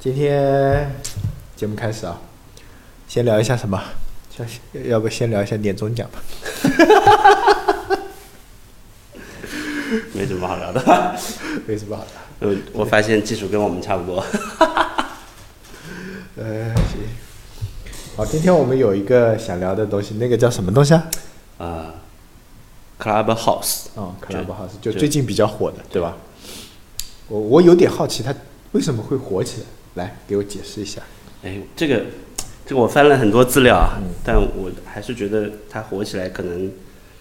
今天节目开始啊，先聊一下什么？要不先聊一下年终奖吧？ 没什么好聊的。 没什么好聊。 我发现技术跟我们差不多。 行。好，今天我们有一个想聊的东西，那个叫什么东西啊 ？Clubhouse。 Clubhouse 就最近比较火的，对吧？我有点好奇，它为什么会火起来？来，给我解释一下。 这个我翻了很多资料啊，但我还是觉得它火起来可能，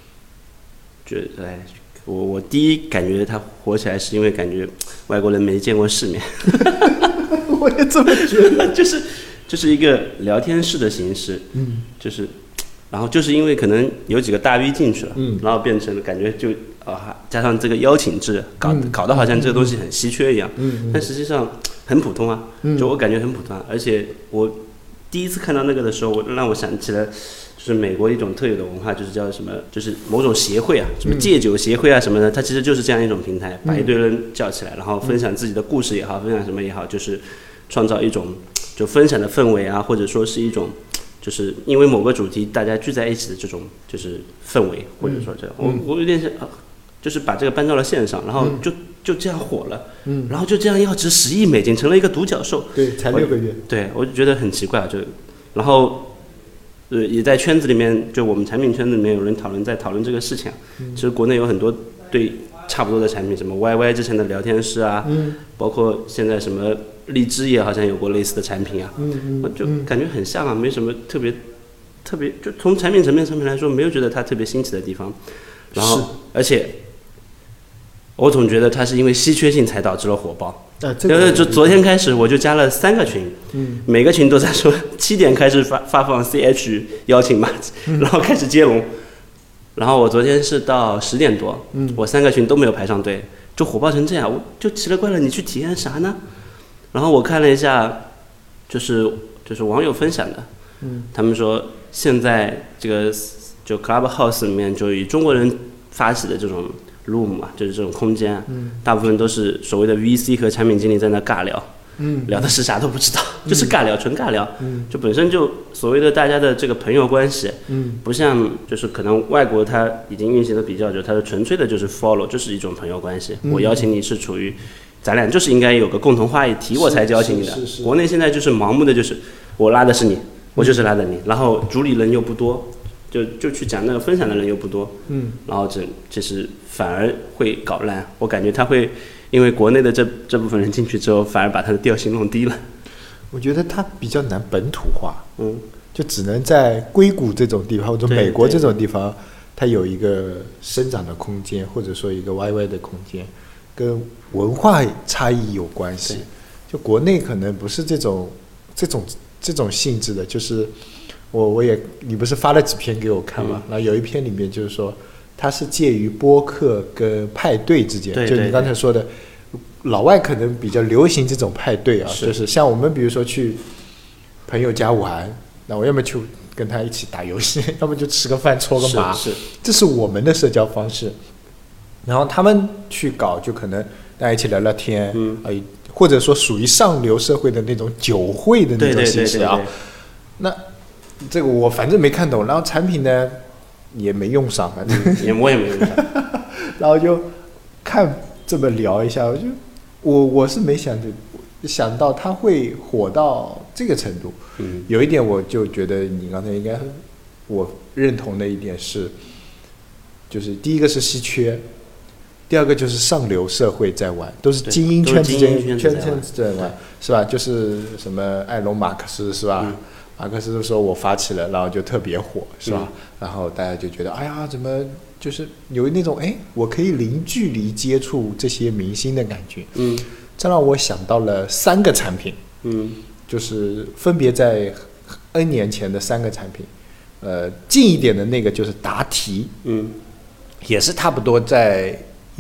我第一感觉它火起来是因为感觉外国人没见过世面。 我也这么觉得， 就是一个聊天室的形式，然后就是因为可能有几个大 V 进去了，然后变成了感觉就加上这个邀请制，搞得好像这个东西很稀缺一样，但实际上很普通啊，就我感觉很普通啊，而且我第一次看到那个的时候，让我想起了就是美国一种特有的文化，就是叫什么，就是某种协会啊，什么戒酒协会啊什么的，它其实就是这样一种平台，把一堆人叫起来，然后分享自己的故事也好，分享什么也好，就是创造一种就分享的氛围啊，或者说是一种就是因为某个主题大家聚在一起的这种就是氛围，或者说这样，我有点就是把这个搬到了线上，然后就这样火了，然后就这样要值10亿美金，成了一个独角兽。 对，才6个月。 对，我就觉得很奇怪，然后也在圈子里面，就我们产品圈子里面有人在讨论这个事情。其实国内有很多对差不多的产品，什么 YY 之前的聊天室啊，包括现在什么荔枝也好像有过类似的产品啊，我就感觉很像啊，没什么特别，就从产品层面上面来说，没有觉得它特别新奇的地方。然后，而且我总觉得它是因为稀缺性才导致了火爆。就昨天开始我就加了3个群，每个群都在说7点开始发放 CH 邀请码，然后开始接龙。然后我昨天是到10点多，我3个群都没有排上队，就火爆成这样，我就奇了怪了，你去体验啥呢？然后我看了一下，就是网友分享的，他们说现在这个就 Clubhouse 里面就以中国人发起的这种 room 啊，就是这种空间，大部分都是所谓的 VC 和产品经理在那尬聊，聊的是啥都不知道，就是尬聊，纯尬聊，就本身就所谓的大家的这个朋友关系，不像就是可能外国它已经运行的比较久，它是纯粹的就是 follow， 就是一种朋友关系，我邀请你是处于咱俩就是应该有个共同话题我才邀请你的，国内现在就是盲目的就是我拉的是你，我就是拉的你，然后主理人又不多。就去讲那个分享的人又不多，然后这是反而会搞烂。我感觉他会因为国内的这部分人进去之后，反而把他的调性弄低了。 我觉得它比较难本土化，就只能在硅谷这种地方或者美国这种地方，它有一个生长的空间，或者说一个 YY 的空间，跟文化差异有关系。就国内可能不是这种性质的，就是。你不是发了几篇给我看吗？然后有一篇里面就是说，它是介于播客跟派对之间，就你刚才说的，老外可能比较流行这种派对啊，就是像我们比如说去朋友家玩，那我要么去跟他一起打游戏，要么就吃个饭搓个麻，这是我们的社交方式。然后他们去搞，就可能大家一起聊聊天，或者说属于上流社会的那种酒会的那种形式啊，那。这个我反正没看懂，然后产品呢也没用上，反正我也没用上， 然后就看这么聊一下，我是没想到它会火到这个程度。有一点我就觉得你刚才应该我认同的一点是，就是第一个是稀缺，第二个就是上流社会在玩，都是精英圈子在玩，是吧？就是什么埃隆·马克思是吧？马克思说我发起了，然后就特别火，是吧？然后大家就觉得，哎呀，怎么就是有那种我可以零距离接触这些明星的感觉。这让我想到了3个产品，就是分别在 N 年前的3个产品。近一点的那个就是答题，也是差不多在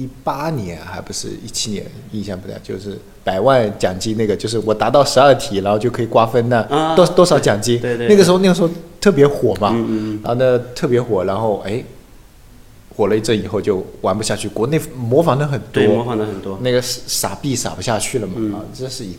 18年还不是17年，印象不太，就是100万奖金那个，就是我答到12题，然后就可以瓜分的，多少奖金？ 对， 那个时候特别火嘛，然后呢特别火，然后火了一阵以后就玩不下去，国内模仿的很多， 对，模仿的很多， 那个傻币傻不下去了嘛，这是一个。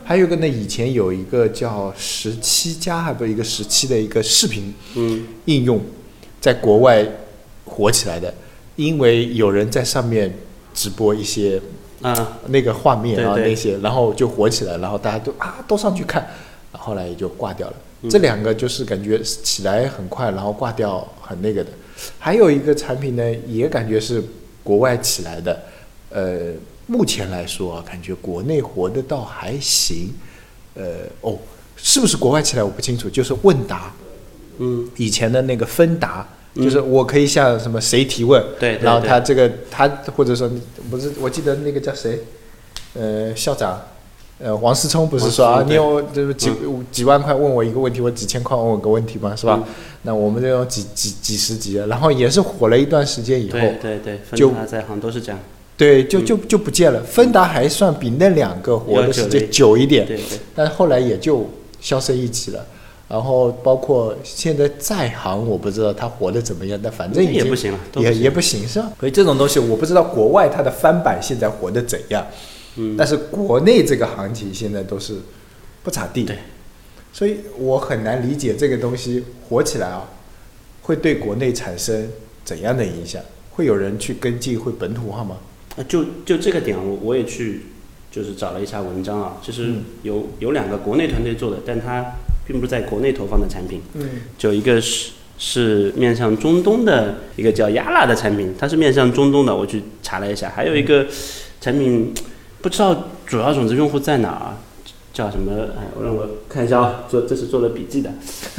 还有一个呢，以前有一个叫17+，还不是一个17的一个视频应用，在国外火起来的，因为有人在上面直播一些那个画面啊，那些，然后就火起来，然后大家都上去看，后来也就挂掉了。这两个就是感觉起来很快，然后挂掉很那个的。还有一个产品呢，也感觉是国外起来的，目前来说感觉国内活得倒还行，是不是国外起来我不清楚，就是问答，以前的那个芬达。就是我可以向什么谁提问， 对， 然后他或者说不是，我记得那个叫谁，校长，王思聪不是说你有就是几万块问我一个问题，我几千块问我个问题嘛，是吧？那我们这种几十几，然后也是火了一段时间以后， 对，芬达在行都是这样， 对，就不见了。芬达还算比那两个活的时间久一点， 对， 但后来也就销声匿迹了。然后包括现在在行，我不知道它活得怎么样，但反正已经也不行了， 也不行是吧？所以这种东西我不知道国外它的翻版现在活得怎样，但是国内这个行情现在都是不咋地， 对， 所以我很难理解这个东西火起来会对国内产生怎样的影响？会有人去跟进，会本土化吗？ 就这个点，我也去就是找了一下文章啊，就是有两个国内团队做的，但它并不是在国内投放的产品，就一个是面向中东的一个叫亚拉的产品，它是面向中东的，我去查了一下，还有一个产品不知道主要种子用户在哪儿，叫什么？让我看一下啊，这是做了笔记的，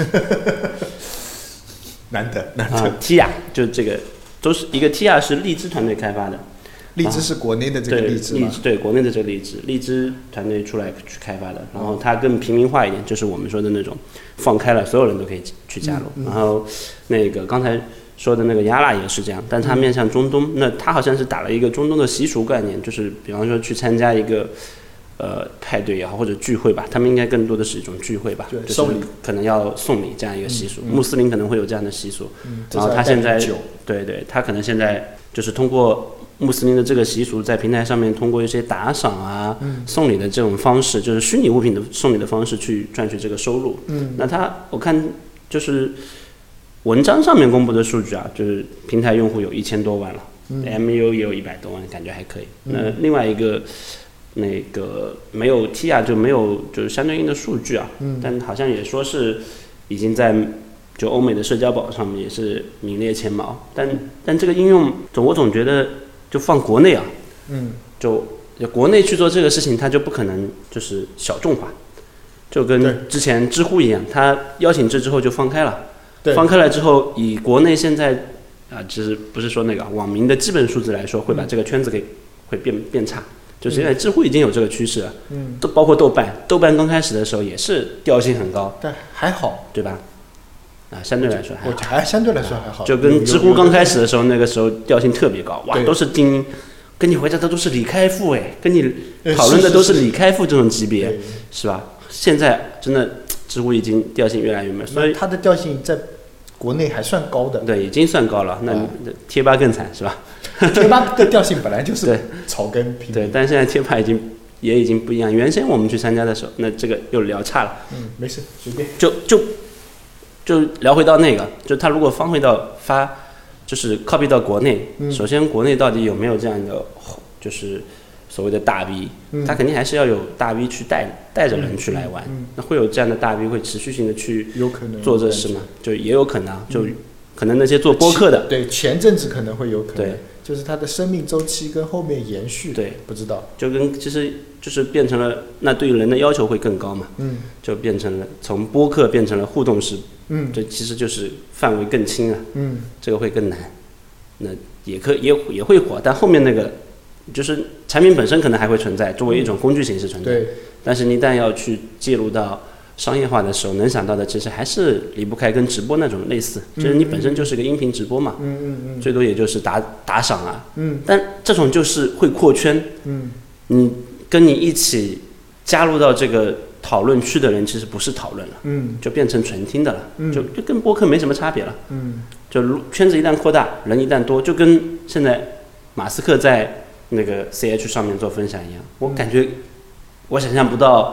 难得 TIA 就这个都是一个 TIA 是荔枝团队开发的。 荔枝是国内的这个荔枝吗？ 对，国内的这个荔枝团队出来去开发的，然后它更平民化一点，就是我们说的那种放开了，所有人都可以去加入。然后那个刚才说的那个亚拉也是这样，但它面向中东，那它好像是打了一个中东的习俗概念，就是比方说去参加一个派对也好或者聚会吧，他们应该更多的是一种聚会吧，就是可能要送礼这样一个习俗，穆斯林可能会有这样的习俗，然后他现在对，他可能现在就是通过穆斯林的这个习俗，在平台上面通过一些打赏啊、送礼的这种方式，就是虚拟物品的送礼的方式去赚取这个收入。那我看就是文章上面公布的数据啊，就是平台用户有1000多万了，MAU 也有100多万，感觉还可以。那另外一个那个没有 TIA 就没有就是相对应的数据啊，但好像也说是已经在就欧美的社交宝上面也是名列前茅，但这个应用我总觉得。就放国内啊，就国内去做这个事情，它就不可能就是小众化，就跟之前知乎一样，它邀请制之后就放开了，放开了之后，以国内现在就是不是说那个网民的基本素质来说，会把这个圈子会变差，就现在知乎已经有这个趋势了，都包括豆瓣刚开始的时候也是调性很高， 但还好， 对吧？相对来说还相对来说还好， 就跟知乎刚开始的时候，那个时候调性特别高，哇，都是精英，跟你回答的都是李开复跟你讨论的都是李开复这种级别，是吧？现在真的知乎已经调性越来越慢，所以它的调性在国内还算高的， 对，已经算高了。那贴吧更惨，是吧？ 贴吧的调性本来就是草根平民， 对，但现在贴吧已经不一样。原先我们去参加的时候，那这个又聊差了， 没事，随便就聊回到那个，就他如果就是 copy 到国内，首先国内到底有没有这样的，就是所谓的大 V，他肯定还是要有大 V 去带着人去来玩，那会有这样的大 V 会持续性的去做这事吗？就也有可能，就可能那些做播客的， 对，前阵子可能会有可能， 对， 就是它的生命周期跟后面延续， 对， 不知道， 就跟其实就是变成了，那对于人的要求会更高嘛，就变成了从播客变成了互动式。这其实就是范围更轻了，这个会更难，那也会火，但后面那个就是产品本身可能还会存在，作为一种工具形式存在，但是你一旦要去介入到商业化的时候，能想到的其实还是离不开跟直播那种类似，就是你本身就是个音频直播嘛，最多也就是打赏啊，但这种就是会扩圈，你跟你一起加入到这个讨论区的人其实不是讨论了，就变成纯听的了，就跟播客没什么差别了，就圈子一旦扩大，人一旦多，就跟现在马斯克在那个 CH 上面做分享一样，我感觉我想象不到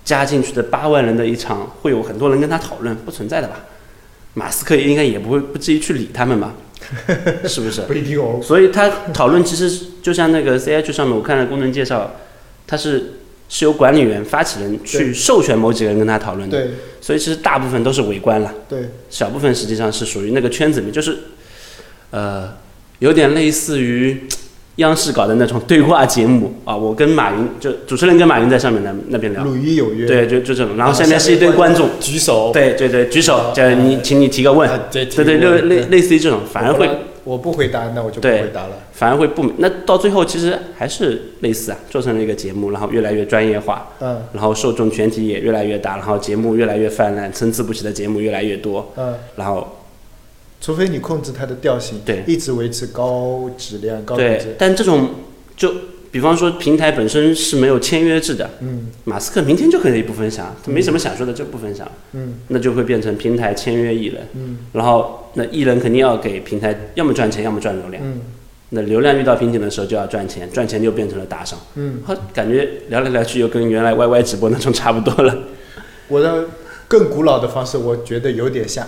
加进去的8万人的一场会有很多人跟他讨论，不存在的吧？马斯克应该也不至于去理他们吧？是不是？ 不一定哦。 所以他讨论其实就像那个 CH 上面我看了功能介绍，他是由管理员、发起人去授权某几个人跟他讨论的。 对。 所以其实大部分都是围观了。 对。小部分实际上是属于那个圈子里面，就是有点类似于央视搞的那种对话节目啊，我跟马云就主持人跟马云在上面那边聊， 鲁豫有约， 对，就这种，然后下面是一堆观众举手， 对，举手，叫你，请你提个问，对，类似于这种，反而会我不回答，那我就不回答了， 反而会不，那到最后其实还是类似啊，做成了一个节目，然后越来越专业化，然后受众群体也越来越大，然后节目越来越泛滥，参差不齐的节目越来越多，然后。 除非你控制它的调性， 对， 一直维持高质量、高品质。 对，但这种就比方说平台本身是没有签约制的，马斯克明天就可以不分享，他没什么想说的就不分享，那就会变成平台签约艺人，然后那艺人肯定要给平台要么赚钱，要么赚流量，那流量遇到瓶颈的时候就要赚钱，赚钱就变成了打赏，感觉聊来聊去又跟原来 YY 直播那种差不多了。 我的更古老的方式，我觉得有点像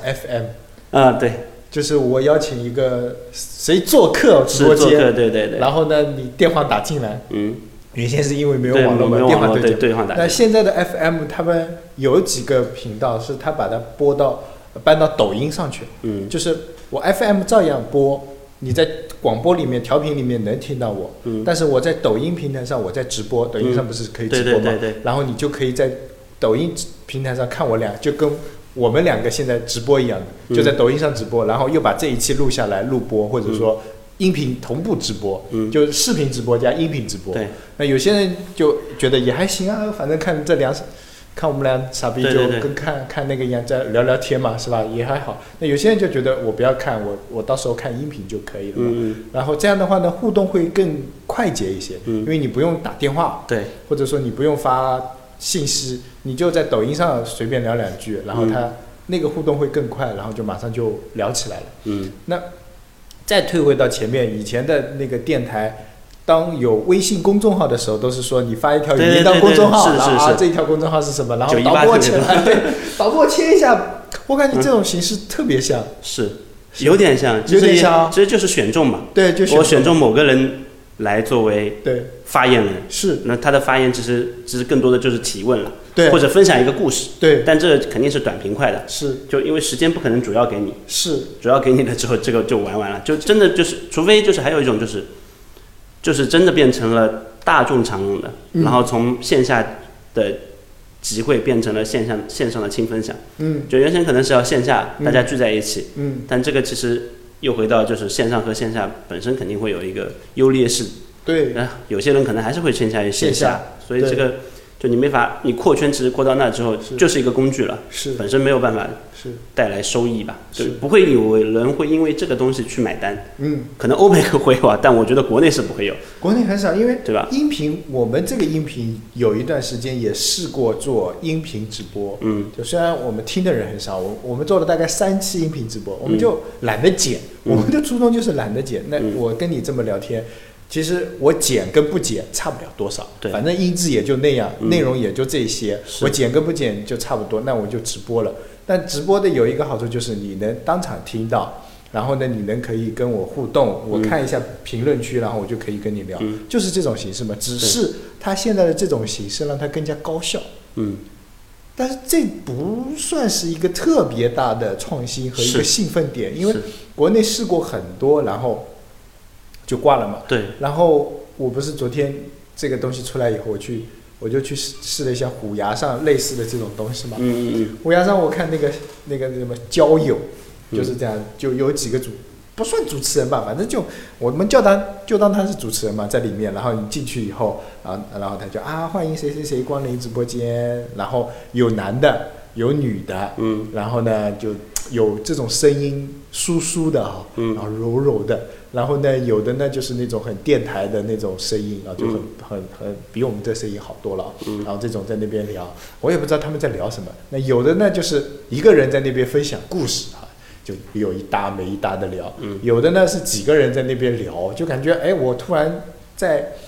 FM， 对。 就是我邀请一个谁做客直播间， 对， 然后呢，你电话打进来，原先是因为没有网络嘛，电话对话打。那现在的 FM 他们有几个频道是他把它搬到抖音上去，就是我 FM 照样播，你在广播里面调频里面能听到我，但是我在抖音平台上我在直播，抖音上不是可以直播吗？然后你就可以在抖音平台上看我俩，就跟我们两个现在直播一样的，就在抖音上直播，然后又把这一期录下来录播，或者说音频同步直播，就视频直播加音频直播。 对， 那有些人就觉得也还行啊，反正看我们俩傻逼就跟看那个一样，在聊聊天嘛，是吧？也还好。那有些人就觉得我不要看，我到时候看音频就可以了嘛。然后这样的话呢，互动会更快捷一些，因为你不用打电话， 对， 或者说你不用发信息，你就在抖音上随便聊两句，然后它那个互动会更快，然后就马上就聊起来了。那再退回到前面以前的那个电台，当有微信公众号的时候，都是说你发一条语音到公众号，然后这一条公众号是什么，然后导播签，对，导播签一下。我感觉这种形式特别像， 是有点像， 有点像， 其实就是选中嘛。 对，就我选中某个人来作为发言人， 是， 那他的发言其实更多的就是提问了， 对， 或者分享一个故事， 对， 但这肯定是短平快的， 是， 就因为时间不可能主要给你， 是， 主要给你了之后，这个就玩完了，就真的就是，除非就是还有一种就是真的变成了大众常用的，然后从线下的集会变成了线上的轻分享，就原先可能是要线下大家聚在一起，但这个其实又回到就是线上和线下本身肯定会有一个优劣势， 对， 有些人可能还是会倾向于线下，所以这个就你没法，你扩圈其实扩到那之后就是一个工具了， 是本身没有办法带来收益吧，就不会有人会因为这个东西去买单，可能欧美会有啊，但我觉得国内是不会有， 国内很少，因为对吧？ 音频我们这个音频有一段时间也试过做音频直播，就虽然我们听的人很少，我们做了大概3期音频直播，我们就懒得剪，我们的初衷就是懒得剪，那我跟你这么聊天。其实我剪跟不剪差不了多少，反正音质也就那样，内容也就这些，我剪跟不剪就差不多，那我就直播了。但直播的有一个好处就是你能当场听到，然后呢你能可以跟我互动，我看一下评论区，然后我就可以跟你聊，就是这种形式嘛。只是它现在的这种形式让它更加高效，但是这不算是一个特别大的创新和一个兴奋点，因为国内试过很多，然后就挂了嘛。对。然后我不是昨天这个东西出来以后，我就去试了一下虎牙上类似的这种东西嘛。虎牙上我看那个什么交友，就是这样，就有几个不算主持人吧，反正就我们就当他是主持人嘛，在里面。然后你进去以后，然后他就欢迎谁谁谁光临直播间，然后有男的有女的，然后呢就有这种声音酥酥的然后柔柔的。然后呢，有的呢就是那种很电台的那种声音啊，就很比我们这声音好多了。然后这种在那边聊，我也不知道他们在聊什么。那有的呢就是一个人在那边分享故事就有一搭没一搭的聊。有的呢是几个人在那边聊，就感觉我突然在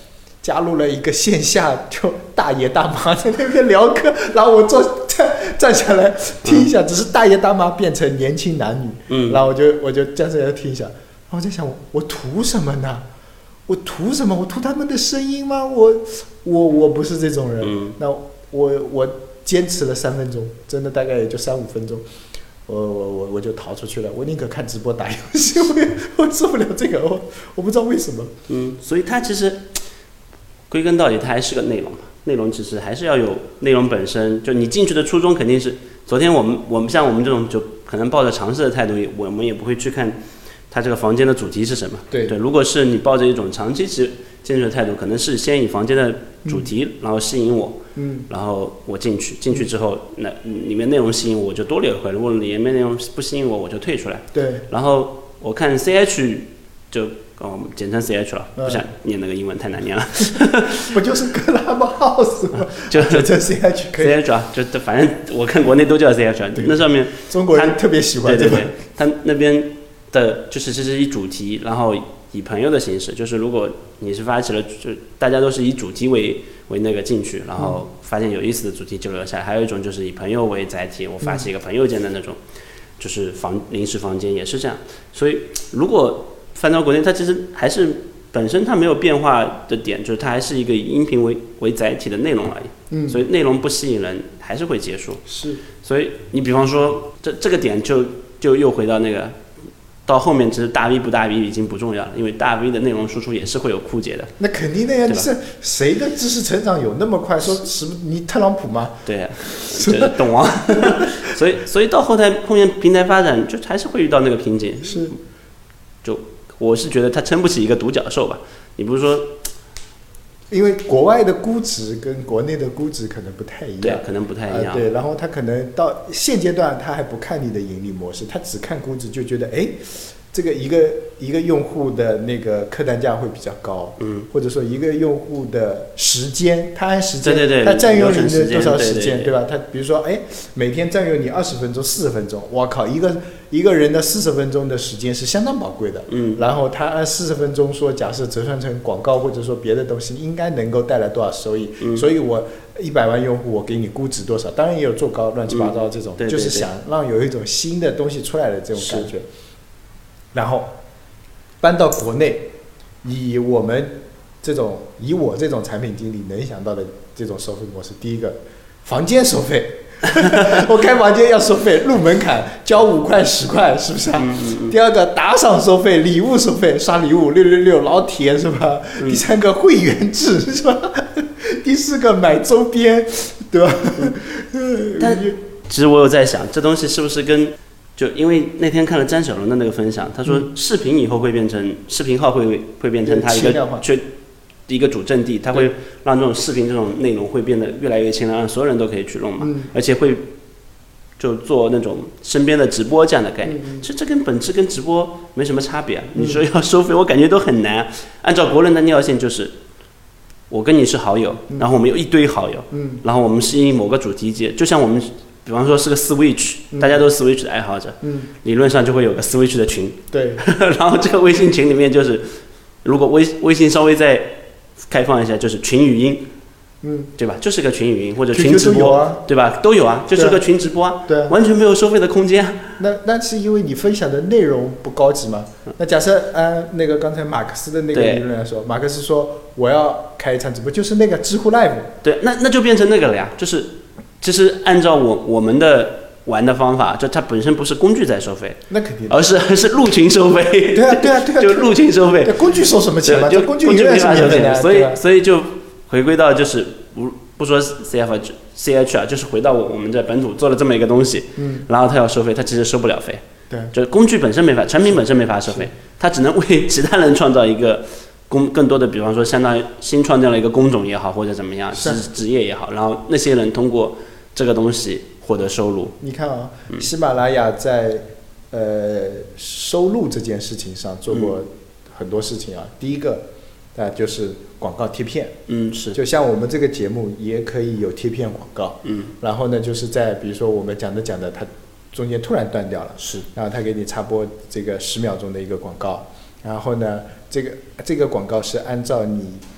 加入了一个线下，就大爷大妈在那边聊嗑，然后我站下来听一下，只是大爷大妈变成年轻男女，然后我就站起来听一下，然后我在想我图什么呢？我图什么？我图他们的声音吗？我不是这种人。那我坚持了3分钟，真的大概也就3-5分钟，我就逃出去了。我宁可看直播打游戏，我受不了这个，我不知道为什么。 所以它其实归根到底，它还是个内容嘛。内容其实还是要有内容本身，就你进去的初衷肯定是，昨天我们像我们这种就可能抱着尝试的态度，我们也不会去看它这个房间的主题是什么。对，如果是你抱着一种长期进去的态度，可能是先以房间的主题，然后吸引我，然后我进去之后，那里面内容吸引我就多留一会，如果里面内容不吸引我，我就退出来。 对， 然后我看 CH 就简称 CH 了，不想念那个英文太难念了。 不就是 Clubhouse 吗？就这 CH 可以。 CH 啊，就反正我看国内都叫 CH， 那上面中国人特别喜欢这个。 对，他那边的就是这是以主题，然后以朋友的形式，就是如果你是发起了，就大家都是以主题为那个进去，然后发现有意思的主题就留下来。还有一种就是以朋友为载体，我发起一个朋友间的那种，就是临时房间也是这样。所以如果翻到国内，它其实还是本身它没有变化的点，就是它还是一个以音频为载体的内容而已。所以内容不吸引人，还是会结束。 是。 所以你比方说这个点就又回到那个，到后面其实大 V 不大 V 已经不重要了，因为大 V 的内容输出也是会有枯竭的。 那肯定的呀，是谁的知识成长有那么快？说什么你特朗普吗？ 对呀，就是懂王。所以到后面平台发展就还是会遇到那个瓶颈。 是。 就我是觉得它撑不起一个独角兽吧。你不是说， 因为国外的估值跟国内的估值可能不太一样， 对，可能不太一样。 对，然后他可能到现阶段他还不看你的盈利模式，他只看估值，就觉得这个一个用户的那个客单价会比较高，或者说一个用户的时间，他按时间， 对， 他占用你的多少时间， 对吧？他比如说，每天占用你20分钟、40分钟，我靠，一个人的40分钟的时间是相当宝贵的，然后他按40分钟说，假设折算成广告或者说别的东西，应该能够带来多少收益？所以我100万用户，我给你估值多少？当然也有做高乱七八糟这种，就是想让有一种新的东西出来的这种感觉。然后搬到国内，以我这种产品经理能想到的这种收费模式，第一个，房间收费，我开房间要收费，入门槛交5块10块，是不是啊？第二个，打赏收费，礼物收费，刷礼物666老铁是吧？第三个，会员制是吧？第四个，买周边，对吧？ 但其实我有在想，这东西是不是就因为那天看了詹小龙的那个分享，他说视频以后会变成视频号会变成他一个主阵地，他会让这种视频这种内容会变得越来越轻量，让所有人都可以去弄嘛，而且会就做那种身边的直播这样的概念。其实这本质跟直播没什么差别啊。你说要收费，我感觉都很难。按照国人的尿性就是，我跟你是好友，然后我们有一堆好友，然后我们是以某个主题节，就像我们。比方说是个 Switch，大家都是 Switch 的爱好者，理论上就会有个 Switch 的群， 对， 然后这个微信群里面就是，如果微信稍微再开放一下，就是群语音，对吧？就是个群语音或者群直播，对吧？都有啊，就是个群直播啊， 对， 完全没有收费的空间。 那是因为你分享的内容不高级嘛？那假设按那个刚才马克思的那个理论来说，马克思说我要开一场直播，就是那个知乎 Live， 对，那就变成那个了呀，就是。其实按照我们的玩的方法，就它本身不是工具在收费， 那肯定， 而是入群收费。 对啊， 就入群收费。 工具收什么钱嘛？ 就工具没法收钱，所以就回归到就是不说 CH 啊，就是回到我们这本土做了这么一个东西，然后它要收费，它其实收不了费。 对， 就工具本身没法，产品本身没法收费，它只能为其他人创造一个。更多的，比方说，相当于新创建了一个工种也好，或者怎么样，职业也好，然后那些人通过这个东西获得收入。 你看啊，喜马拉雅在收入这件事情上做过很多事情啊。第一个就是广告贴片， 是， 就像我们这个节目也可以有贴片广告，然后呢，就是在比如说我们讲的，它中间突然断掉了， 是， 然后他给你插播这个10秒钟的一个广告。然后呢，这个广告是按照你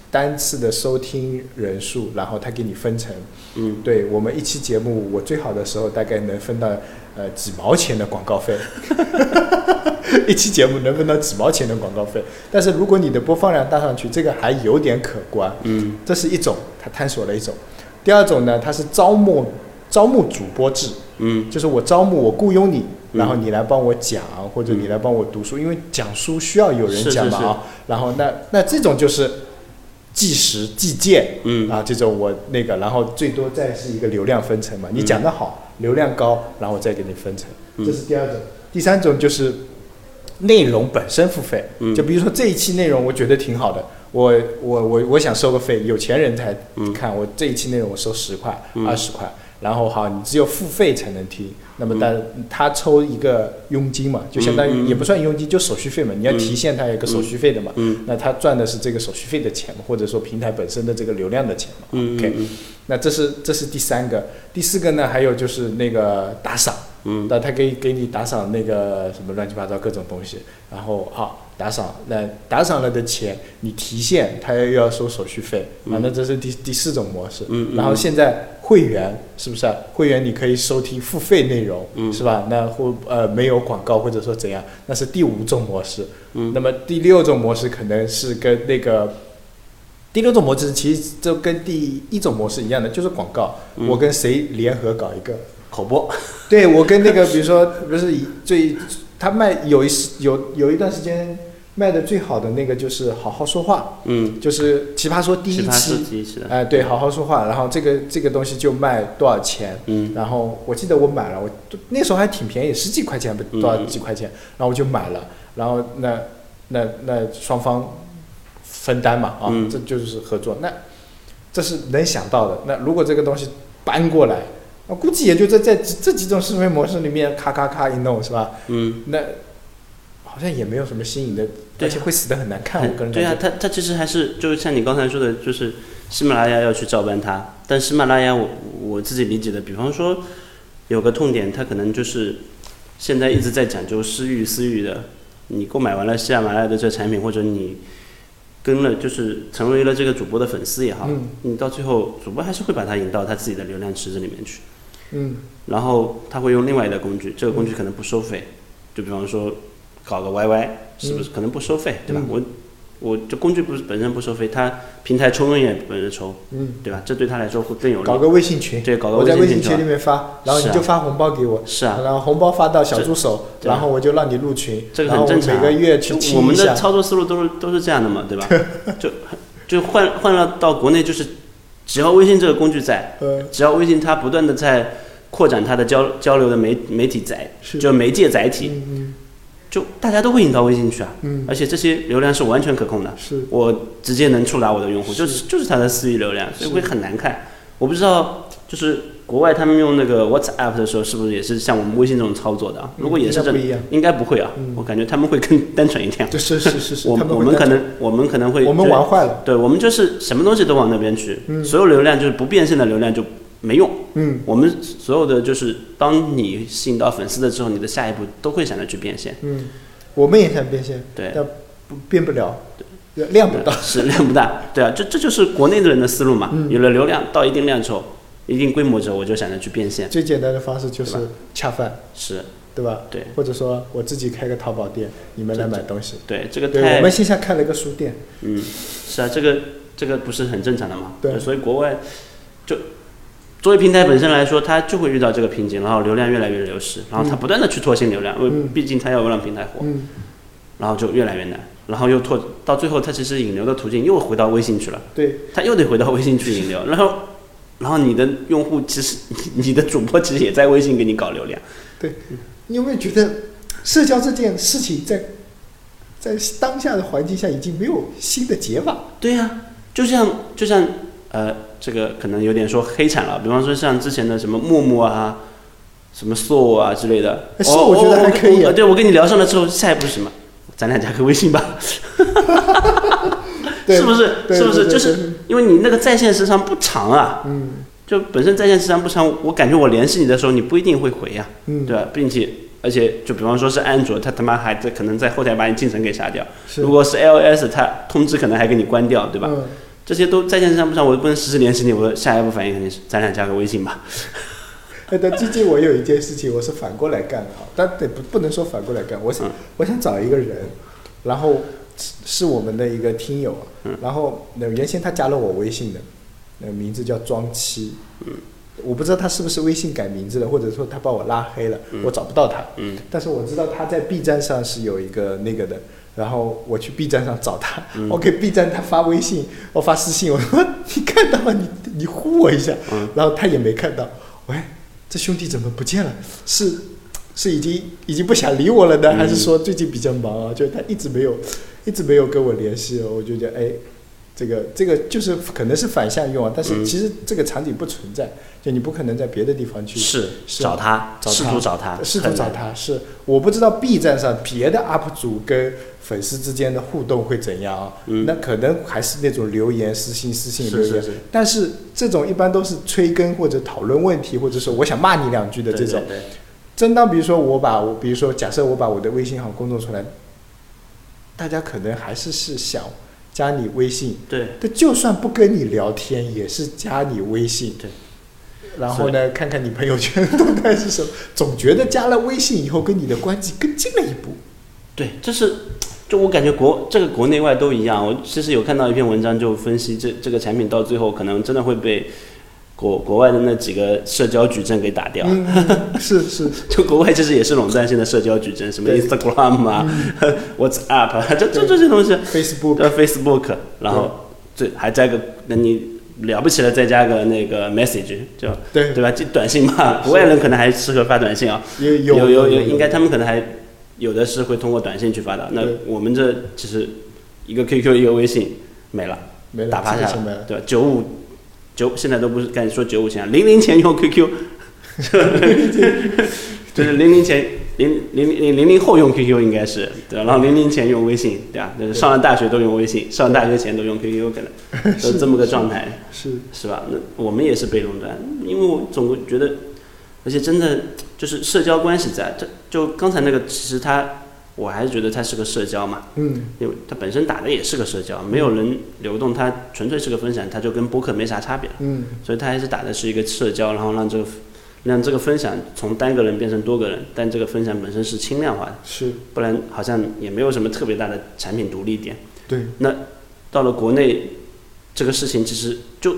单次的收听人数，然后它给你分成，对我们一期节目，我最好的时候大概能分到几毛钱的广告费，一期节目能分到几毛钱的广告费，但是如果你的播放量搭上去，这个还有点可观，这是一种，它探索了一种。第二种呢，它是招募主播制，就是我雇佣你，然后你来帮我讲，或者你来帮我读书，因为讲书需要有人讲嘛啊，然后那这种就是计时计件，这种我那个，然后最多再是一个流量分成嘛，你讲得好，流量高，然后我再给你分成，这是第二种。第三种就是内容本身付费，就比如说这一期内容我觉得挺好的，我想收个费，有钱人才看，我这一期内容我收10块、20块。然后好，你只有付费才能听，那么他抽一个佣金嘛，就相当于也不算佣金，就手续费嘛，你要提现他有个手续费的嘛，那他赚的是这个手续费的钱嘛，或者说平台本身的这个流量的钱嘛，OK， 那这是第三个，第四个呢，还有就是那个打赏，那他给你打赏那个什么乱七八糟各种东西，然后好。打赏，那打赏了的钱你提现，他又要收手续费，那这是第四种模式。然后现在会员是不是？会员你可以收听付费内容，是吧？那没有广告或者说怎样，那是第5种模式。那么第6种模式可能是跟那个第6种模式其实就跟第1种模式一样的，就是广告。我跟谁联合搞一个口播？ 对，我跟那个比如说不是他卖有一段时间。卖的最好的那个就是好好说话，就是奇葩说第一期，对，好好说话，然后这个东西就卖多少钱，然后我记得我买了，我那时候还挺便宜，10几块钱不多少几块钱，然后我就买了，然后那双方分担嘛，这就是合作，那这是能想到的。那如果这个东西搬过来，我估计也就在这几种思维模式里面咔咔咔一弄，是吧？那好像也没有什么新颖的，而且会死得很难看。我个人感觉。 对啊，它其实还是就是像你刚才说的，就是喜马拉雅要去照搬它，但喜马拉雅我自己理解的，比方说有个痛点，它可能就是现在一直在讲究私域的，你购买完了喜马拉雅的这个产品，或者你跟了就是成为了这个主播的粉丝也好，你到最后主播还是会把它引到他自己的流量池子里面去，然后他会用另外的工具，这个工具可能不收费，就比方说。搞个 YY 是不是可能不收费，对吧？我这工具本身不收费，它平台抽人也本身抽，对吧？这对他来说会更有利。 搞个微信群， 对，搞个微信群， 我在微信群里面发，然后你就发红包给我， 是啊， 然后红包发到小助手，然后我就让你入群， 这个很正常。 每个月去听一下。 我们的操作思路都是这样的嘛，对吧？就换了到国内，就是只要微信这个工具在，只要微信它不断的在扩展它的交流的媒体载，就媒介载体。就大家都会引到微信去啊，而且这些流量是完全可控的，我直接能触达我的用户，就是他的私域流量，所以会很难看。我不知道，就是国外他们用那个 WhatsApp 的时候，是不是也是像我们微信这种操作的啊？如果也是这样，应该不会啊，我感觉他们会更单纯一点。 是。 我们可能会， 我们玩坏了。 对，我们就是什么东西都往那边去，所有流量就是不变现的流量就。没用，我们所有的就是当你吸引到粉丝的之后，你的下一步都会想着去变现， 我们也想变现， 对， 但变不了，量不大， 是量不大，对啊，这就是国内的人的思路嘛，有了流量到一定量之后，一定规模之后，我就想着去变现， 最简单的方式就是恰饭， 是， 对吧？ 对， 或者说我自己开个淘宝店，你们来买东西， 对，这个对，我们线下开了个书店， 是啊，这个不是很正常的嘛， 对， 所以国外就。作为平台本身来说，它就会遇到这个瓶颈，然后流量越来越流失，然后它不断的去拓新流量，因为毕竟它要让平台火，然后就越来越难，然后又拓到最后，它其实引流的途径又回到微信去了， 对， 它又得回到微信去引流，然后你的用户其实你的主播其实也在微信给你搞流量， 对，你有没有觉得社交这件事情在当下的环境下已经没有新的解法？ 对呀，就像。这个可能有点说黑产了，比方说像之前的什么陌陌啊、什么搜啊之类的， 我觉得还可以。 对，我跟你聊上了之后，下一步是什么？咱俩加个微信吧，是不是？是不是？就是因为你那个在线时长不长啊，就本身在线时长不长，我感觉我联系你的时候，你不一定会回呀，对吧？并且而且就比方说是安卓，他妈还可能在后台把你进程给杀掉；如果是 iOS，它通知可能还给你关掉，对吧？ 这些都在线上不上，我不能实时联系你，我下一步反应肯定是咱俩加个微信吧。 但最近我有一件事情，我是反过来干的啊，但不能说反过来干，我想找一个人，然后是我们的一个听友，然后原先他加了我微信的，名字叫庄七，我不知道他是不是微信改名字了，或者说他把我拉黑了，我找不到他，但是我知道他在 B 站上是有一个那个的。然后我去 B 站上找他，我给 B 站他发微信，我发私信，我说你看到吗？你呼我一下，然后他也没看到。喂，这兄弟怎么不见了？是已经不想理我了呢，还是说最近比较忙啊？就他一直没有跟我联系，我就觉得哎，这个就是可能是反向用啊，但是其实这个场景不存在，就你不可能在别的地方去找他，试图找他， 是我不知道 B 站上别的 UP 主跟粉丝之间的互动会怎样啊？那可能还是那种留言、私信留言，但是这种一般都是催更或者讨论问题，或者说我想骂你两句的这种。 对， 真当比如说比如说假设我把我的微信号公众出来，大家可能还是想加你微信， 对， 就算不跟你聊天，也是加你微信， 对。 然后呢，看看你朋友圈动态是什么，总觉得加了微信以后跟你的关系更近了一步。 对，就我感觉这个国内外都一样。我其实有看到一篇文章，就分析这个产品到最后可能真的会被国外的那几个社交矩阵给打掉。 是， 就国外其实也是垄断性的社交矩阵，什么 Instagram 啊、WhatsApp 啊，这些东西 ，Facebook， 然后还加个你了不起了，再加个那个 message， 对吧？短信嘛，国外人可能还适合发短信啊，有，应该他们可能还有的是会通过短信去发的。那我们这其实一个 QQ 一个微信没了，打趴下了，对吧？95现在都不是该说95前，00前用 QQ， 就是00前00后用 QQ 应该是，对吧？然后00前用微信，对吧？就是上了大学都用微信，上了大学前都用 QQ， 可能都这么个状态，是吧？那我们也是被垄断，因为我总觉得，而且真的就是社交关系在，就刚才那个，其实我还是觉得它是个社交嘛，因为它本身打的也是个社交，没有人流动，它纯粹是个分享，它就跟播客没啥差别了，所以它还是打的是一个社交，然后让这个分享从单个人变成多个人，但这个分享本身是轻量化的，不然好像也没有什么特别大的产品独立点。 对， 那到了国内，这个事情其实就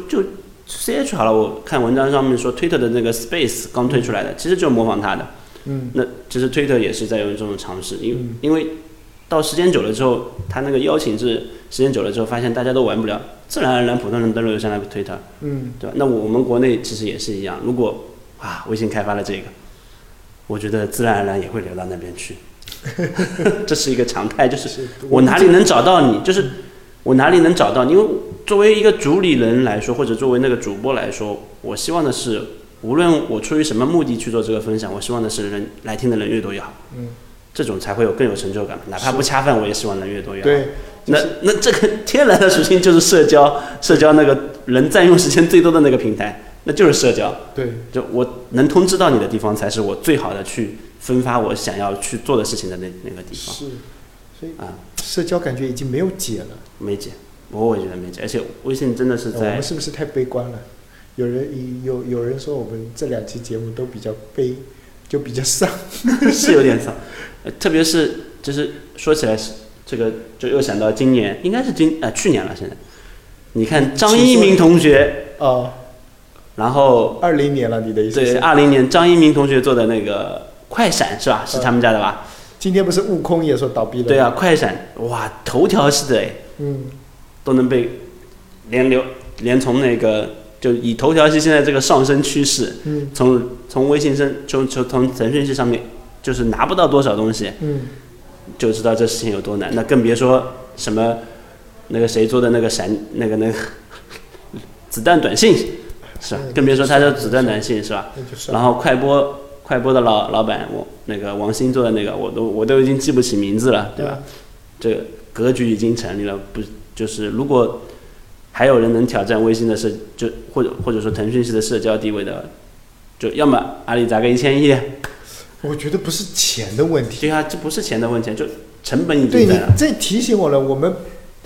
CH 好了，我看文章上面说 Twitter 的那个 Space 刚推出来的，其实就是模仿它的。那其实 Twitter 也是在用这种尝试，因为到时间久了之后，它那个邀请制时间久了之后，发现大家都玩不了，自然而然普通人都留下来 Twitter，对吧？那我们国内其实也是一样，如果微信开发了这个，我觉得自然而然也会流到那边去，这是一个常态，就是我哪里能找到你，就是我哪里能找到你，因为作为一个主理人来说，或者作为那个主播来说，我希望的是，无论我出于什么目的去做这个分享，我希望的是人来听的人越多越好，这种才会更有成就感，哪怕不恰饭，我也希望人越多越好。 对， 那这个天然的属性就是社交那个人占用时间最多的那个平台。那就是社交， 对， 就我能通知到你的地方，才是我最好的去分发我想要去做的事情的那个地方。 是，所以社交感觉已经没有解了。 没解，我也觉得没解，而且微信真的是在。 我们是不是太悲观了？有人说我们这2期节目都比较悲，就比较丧， 是有点丧，特别是就是说起来是这个，就又想到今年，应该是去年了，现在。你看张一鸣同学然后 20年了，你的意思是？ 对，20年张一鸣同学做的那个快闪是吧？是他们家的吧？ 今天不是悟空也说倒闭了？ 对啊，快闪哇，头条系的都能被连从那个就以头条系现在这个上升趋势，从微信就从腾讯系上面就是拿不到多少东西，就知道这事情有多难。那更别说什么那个谁做的那个那个子弹短信。是吧？更别说他的子弹短信是吧？然后快播的老板，那个王鑫做的那个，我都已经记不起名字了，对吧？这个格局已经成立了，不就是如果还有人能挑战微信的或者说腾讯系的社交地位的，就要么阿里砸个1000亿。 我觉得不是钱的问题。 对啊，这不是钱的问题，就成本已经在了。 对，你这提醒我了，我们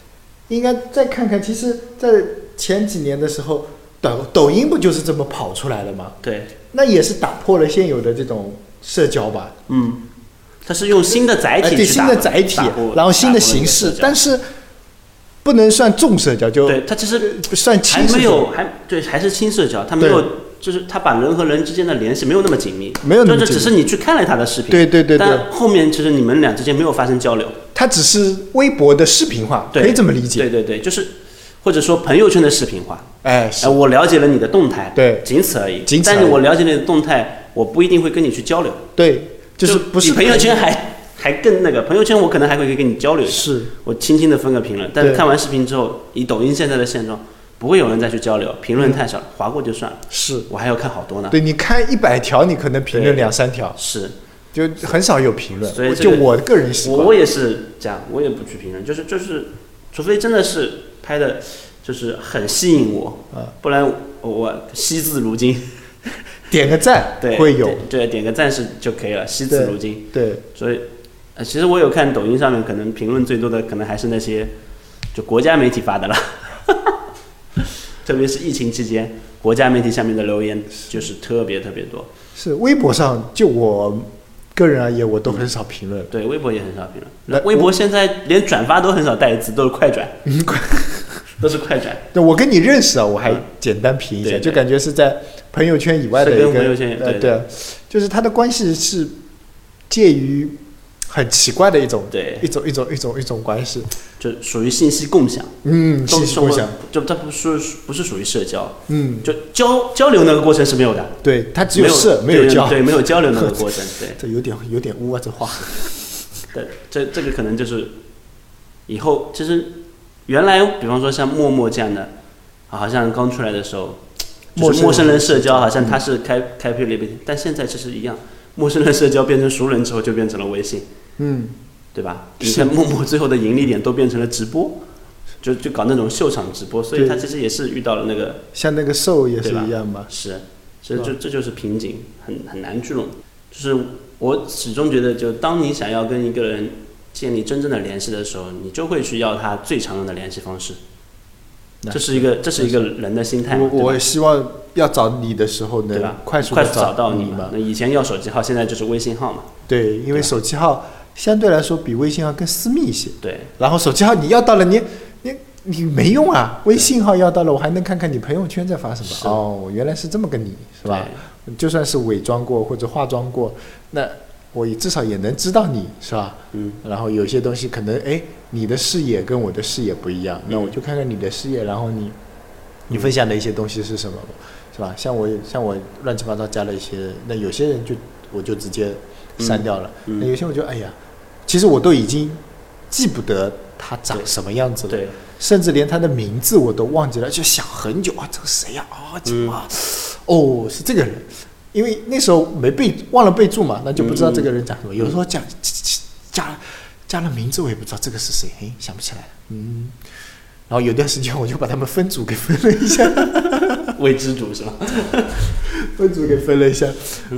应该再看看，其实，在前几年的时候，抖音不就是这么跑出来的吗？ 对， 那也是打破了现有的这种社交吧。 它是用新的载体去对新的载体，然后新的形式，但是不能算重社交，就对它其实算轻社交， 还是轻社交，它没有。就是他把人和人之间的联系没有那么紧密， 没有那么紧密， 只是你去看了他的视频， 对， 但后面其实你们俩之间没有发生交流， 它只是微博的视频化，可以这么理解。 对，就是或者说朋友圈的视频化。 我了解了你的动态， 对， 仅此而已。但是我了解你的动态，我不一定会跟你去交流。 对，就是不是比朋友圈还更那个，朋友圈我可能还会跟你交流， 是我轻轻的分个评论，但是看完视频之后，以抖音现在的现状。不会有人再去交流，评论太少，划过就算了。 是我还要看好多呢。 对，你看100条，你可能评论2-3条， 是， 就很少有评论。 所以就我个人习惯， 我也是这样，我也不去评论，就是，除非真的是拍的，就是很吸引我，不然我惜字如金， 点个赞会有， 对，点个赞就可以了，惜字如金。 对， 所以其实我有看抖音上面，可能评论最多的可能还是那些就国家媒体发的了。特别是疫情期间，国家媒体下面的留言就是特别多。是微博上，就我个人而言，我都很少评论。 对，微博也很少评论。微博现在连转发都很少带字，都是快转。都是快转。 对，我跟你认识啊，我还简单评一下，就感觉是在朋友圈以外的一个。 朋友圈对，就是他的关系是介于。很奇怪的一种关系， 就属于信息共享。 信息共享， 就它不是属于社交。就交流那个过程是没有的。 对，它只有社没有交。 对，没有交流那个过程。对， 这有点污啊，这话。 对，这个可能就是以后其实原来比方说像陌陌这样的，好像刚出来的时候，就是陌生人社交，好像它是开辟了一边，但现在其实一样。陌生人社交变成熟人之后，就变成了微信，对吧？你看陌陌最后的盈利点都变成了直播，就搞那种秀场直播，所以它其实也是遇到了那个像那个瘦也是一样嘛。 是，所以这就是瓶颈，很难聚拢。就是我始终觉得，就当你想要跟一个人建立真正的联系的时候，你就会去要他最常用的联系方式。这是一个人的心态。 我希望要找你的时候能快速找到你嘛。那以前要手机号，现在就是微信号嘛。 对，因为手机号相对来说比微信号更私密一些。 对。 然后手机号你要到了，你没用啊。微信号要到了，我还能看看你朋友圈在发什么。哦，原来是这么个你，是吧？就算是伪装过或者化妆过，那我至少也能知道你是吧？然后有些东西可能你的视野跟我的视野不一样，那我就看看你的视野，然后你分享的一些东西是什么，是吧？像我乱七八糟加了一些，那有些人我就直接删掉了，那有些我就其实我都已经记不得他长什么样子了， 对， 甚至连他的名字我都忘记了，就想很久这个谁呀？是这个人。因为那时候忘了备注嘛，那就不知道这个人长什么。有时候加了名字，我也不知道这个是谁，想不起来了。然后有段时间我就把他们分组给分了一下， 未知组是吧？ 分组给分了一下。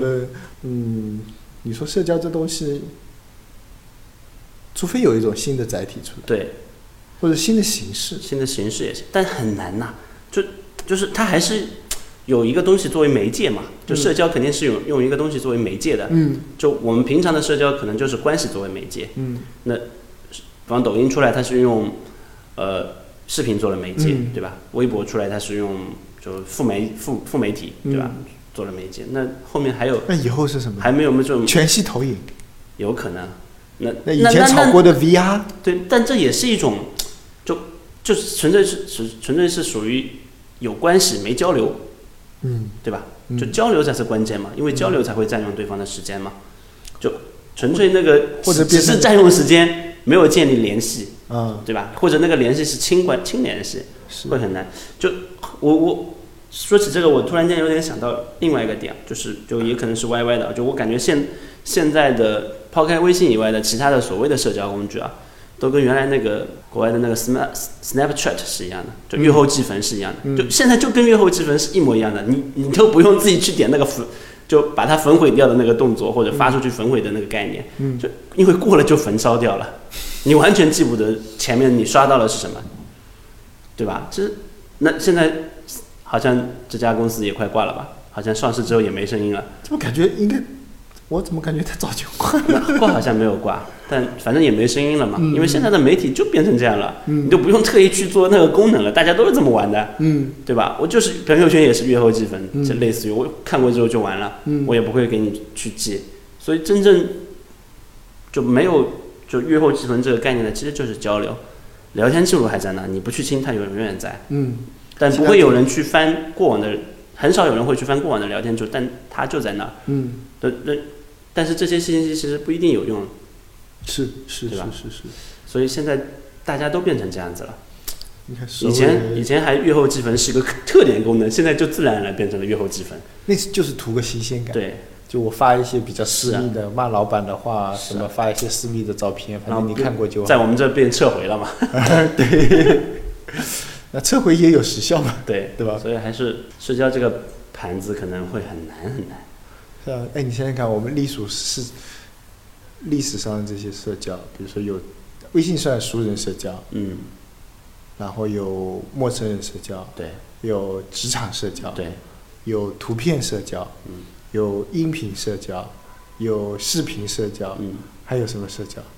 你说社交这东西，除非有一种新的载体出来， 对， 或者新的形式也行，但很难呐。就是它还是。有一个东西作为媒介嘛，就社交肯定是用一个东西作为媒介的。就我们平常的社交可能就是关系作为媒介。那比方抖音出来，它是用视频做了媒介，对吧？微博出来，它是用就副媒体，对吧？做了媒介。那后面还有？ 那以后是什么？ 还没有这种全息投影？ 有可能。 那以前炒过的 VR？ 对，但这也是一种，就纯粹是属于有关系没交流。对吧？就交流才是关键嘛，因为交流才会占用对方的时间嘛。就纯粹那个或者只是占用时间，没有建立联系，对吧？或者那个联系是轻联系，会很难。就我说起这个，我突然间有点想到另外一个点，就也可能是歪的，就我感觉现在的抛开微信以外的其他的所谓的社交工具啊。都跟原来那个国外的那个 Snapchat 是一样的，就阅后即焚是一样的，就现在就跟阅后即焚是一模一样的，你都不用自己去点那个就把它焚毁掉的那个动作，或者发出去焚毁的那个概念，就因为过了就焚烧掉了，你完全记不得前面你刷到了是什么， 对吧？其实那现在好像这家公司也快挂了吧？好像上市之后也没声音了。 怎么感觉应该？我怎么感觉他早就挂了？ 挂好像没有挂，但反正也没声音了嘛。因为现在的媒体就变成这样了，你就不用特意去做那个功能了，大家都是这么玩的，对吧？我就是朋友圈也是阅后积分，就类似于我看过之后就完了，我也不会给你去记，所以真正就没有就阅后积分这个概念的，其实就是交流，聊天记录还在那，你不去清它永远在，但不会有人去翻过往的，很少有人会去翻过往的聊天记录，但它就在那，但是这些信息其实不一定有用， 是， 对吧？是，所以现在大家都变成这样子了。 你看， 以前还阅后积分是个特点功能，现在就自然而然变成了阅后积分。 那就是图个新鲜感。 对， 就我发一些比较私密的骂老板的话，什么发一些私密的照片，反正你看过就好。 在我们这边撤回了嘛。 对，那撤回也有时效嘛？ 对吧？ 所以还是社交这个盘子可能会很难。 是啊，你想想看，我们历史上的这些社交，比如说有微信算熟人社交，然后有陌生人社交， 对， 有职场社交， 对， 有图片社交，有音频社交，有视频社交，还有什么社交？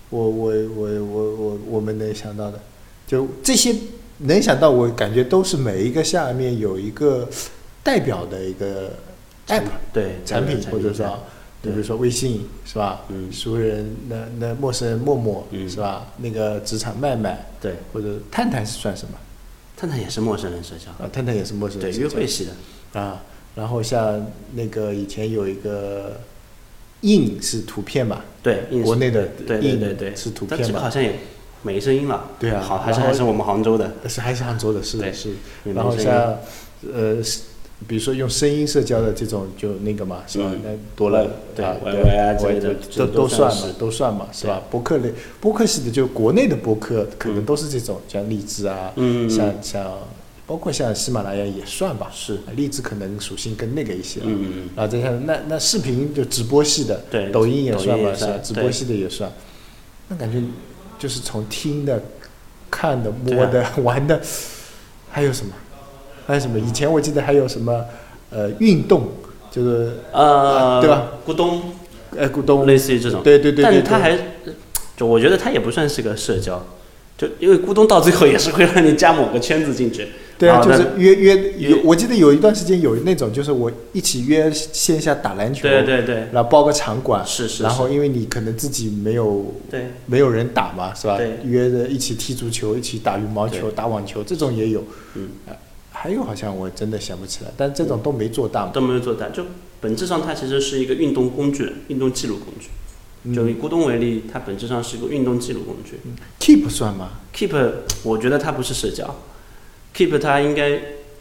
我们能想到的，就这些能想到，我感觉都是每一个下面有一个代表的一个 app 对产品，或者说，比如说微信是吧？熟人那陌生人陌陌是吧？那个职场麦麦， 对， 或者探探是算什么？ 探探也是陌生人社交啊，探探也是陌生人社交， 对，约会系的啊。然后像那个以前有一个印是图片嘛， 对， 国内的对是图片嘛， 但这个好像也没声音了。 对啊， 好，还是我们杭州的， 还是杭州的，是的，是。然后然像比如说用声音社交的这种，就那个嘛，是吧？那多了， 对啊 ，YY 啊之类的， 都算嘛，是吧？播客系的，就国内的播客可能都是这种，像荔枝啊，像包括像喜马拉雅也算吧， 是。 荔枝可能属性更那个一些，然后再像那视频就直播系的， 对， 抖音也算吧，是吧？直播系的也算，那感觉就是从听的、看的、摸的、玩的，还有什么？以前我记得还有什么运动，就是对吧？ 咕咚， 咕咚， 类似于这种， 对。 但它还，就我觉得它也不算是个社交，就因为咕咚到最后也是会让你加某个圈子进去。 对啊，就是约，我记得有一段时间有那种，就是我一起约线下打篮球， 对， 然后包个场馆， 是， 然后因为你可能自己没有人打嘛，是吧？ 对， 约着一起踢足球，一起打羽毛球、打网球，这种也有，还有好像我真的想不起来，但这种都没做大嘛， 都没有做大，就本质上它其实是一个运动工具，运动记录工具。就以咕咚为例，它本质上是一个运动记录工具。 Keep 算吗 ？Keep 我觉得它不是社交。Keep 它应该，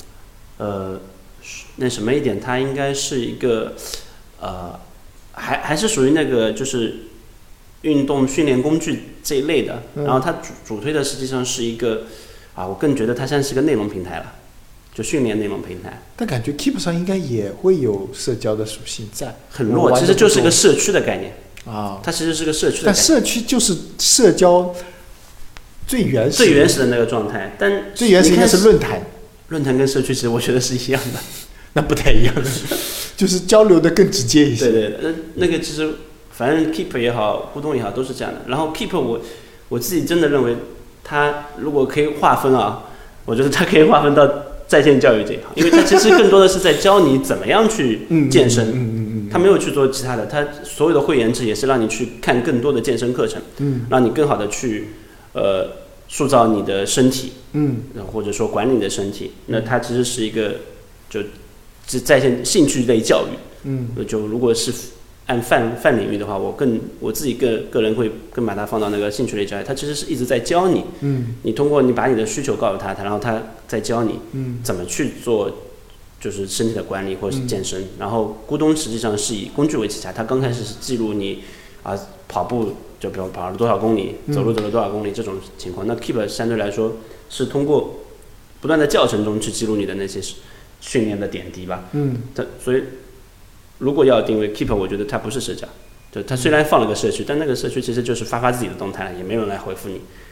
那什么一点，它应该是一个，还是属于那个就是运动训练工具这一类的。然后它主推的实际上是一个，我更觉得它像是一个内容平台了，就训练内容平台。 但感觉 Keep 上应该也会有社交的属性在， 很弱，其实就是一个社区的概念啊。 它其实是个社区的概念， 但社区就是社交。最原始的那个状态，但最原始应该是论坛跟社区其实我觉得是一样的， 那不太一样，就是交流的更直接一些。 对，那个其实反正 Keep 也好，咕咚也好，都是这样的。然后 Keep 我自己真的认为，它如果可以划分我觉得它可以划分到在线教育这一行，因为它其实更多的是在教你怎么样去健身，它没有去做其他的，它所有的会员制也是让你去看更多的健身课程，让你更好的去。塑造你的身体，或者说管理你的身体，那它其实是一个就在线兴趣类教育，就如果是按泛领域的话，我自己个人会更把它放到那个兴趣类教育，它其实是一直在教你，你通过你把你的需求告诉他，然后他再教你，怎么去做就是身体的管理或者是健身，然后咕咚实际上是以工具为题材，它刚开始是记录你跑步。就比如跑了多少公里，走路走了多少公里这种情况，那 Keep 相对来说是通过不断的教程中去记录你的那些训练的点滴吧。所以如果要定位 Keep， 我觉得它不是社交，就它虽然放了个社区，但那个社区其实就是发自己的动态了，也没有人来回复你。